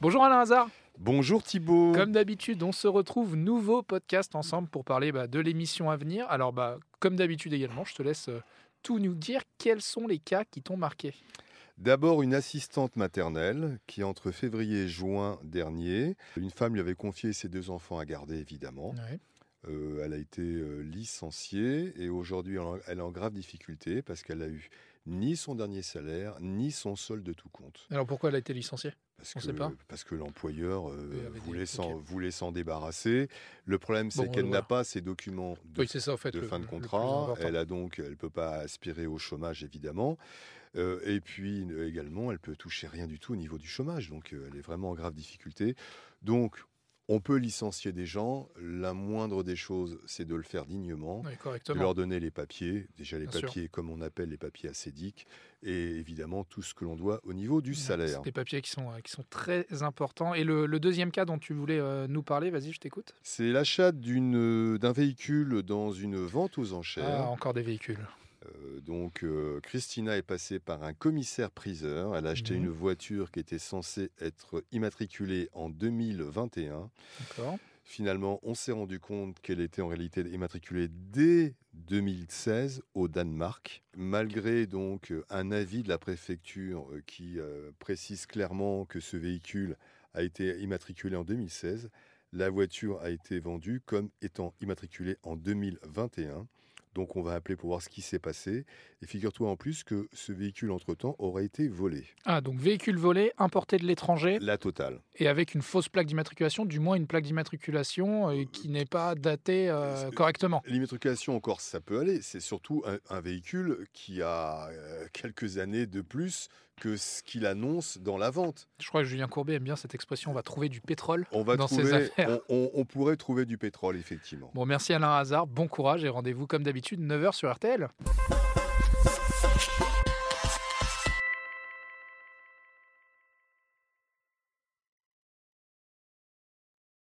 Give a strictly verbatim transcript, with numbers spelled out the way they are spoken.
Bonjour Alain Hazard. Bonjour Thibaut. Comme d'habitude, on se retrouve nouveau podcast ensemble pour parler bah, de l'émission à venir. Alors, bah, comme d'habitude également, je te laisse euh, tout nous dire. Quels sont les cas qui t'ont marqué ? D'abord, une assistante maternelle qui, entre février et juin dernier, une femme lui avait confié ses deux enfants à garder, évidemment. Ouais. Euh, elle a été euh, licenciée et aujourd'hui, elle, elle est en grave difficulté parce qu'elle a eu ni son dernier salaire, ni son solde de tout compte. Alors, pourquoi elle a été licenciée ? Parce On que, sait pas. parce que l'employeur euh, Oui, avait voulait, dit- s'en, ok. voulait s'en débarrasser. Le problème, c'est Bon, qu'elle euh, n'a voilà. pas ses documents de, Oui, c'est ça, en fait. de le- fin de le plus contrat. important. Elle a donc, elle ne peut pas aspirer au chômage, évidemment. Euh, et puis euh, également, elle peut toucher rien du tout au niveau du chômage. Donc, euh, elle est vraiment en grave difficulté. Donc, on peut licencier des gens. La moindre des choses, c'est de le faire dignement. Oui, De correctement. leur donner les papiers, déjà les Bien sûr. papiers comme on appelle les papiers acédiques, et évidemment tout ce que l'on doit au niveau du Ouais, salaire. C'est des papiers qui sont, euh, qui sont très importants. Et le, le deuxième cas dont tu voulais euh, nous parler, vas-y, je t'écoute. C'est l'achat d'une, euh, d'un véhicule dans une vente aux Ah, enchères. encore des véhicules. Euh, donc euh, Christina est passée par un commissaire-priseur. Elle a acheté Mhm. une voiture qui était censée être immatriculée en deux mille vingt et un. D'accord. Finalement, on s'est rendu compte qu'elle était en réalité immatriculée dès deux mille seize au Danemark, malgré donc euh, un avis de la préfecture euh, qui euh, précise clairement que ce véhicule a été immatriculé en deux mille seize. La voiture a été vendue comme étant immatriculée en deux mille vingt et un. Donc on va appeler pour voir ce qui s'est passé. Et figure-toi en plus que ce véhicule, entre-temps, aurait été volé. Ah, donc véhicule volé, importé de l'étranger La totale. et avec une fausse plaque d'immatriculation, du moins une plaque d'immatriculation euh, qui n'est pas datée euh, correctement. L'immatriculation en Corse, ça peut aller. C'est surtout un, un véhicule qui a euh, quelques années de plus que ce qu'il annonce dans la vente. Je crois que Julien Courbet aime bien cette expression, on va trouver du pétrole On va dans ses trouver, affaires. on, on- on pourrait trouver du pétrole, effectivement. Bon, merci Alain Hazard, bon courage et rendez-vous comme d'habitude neuf heures sur R T L.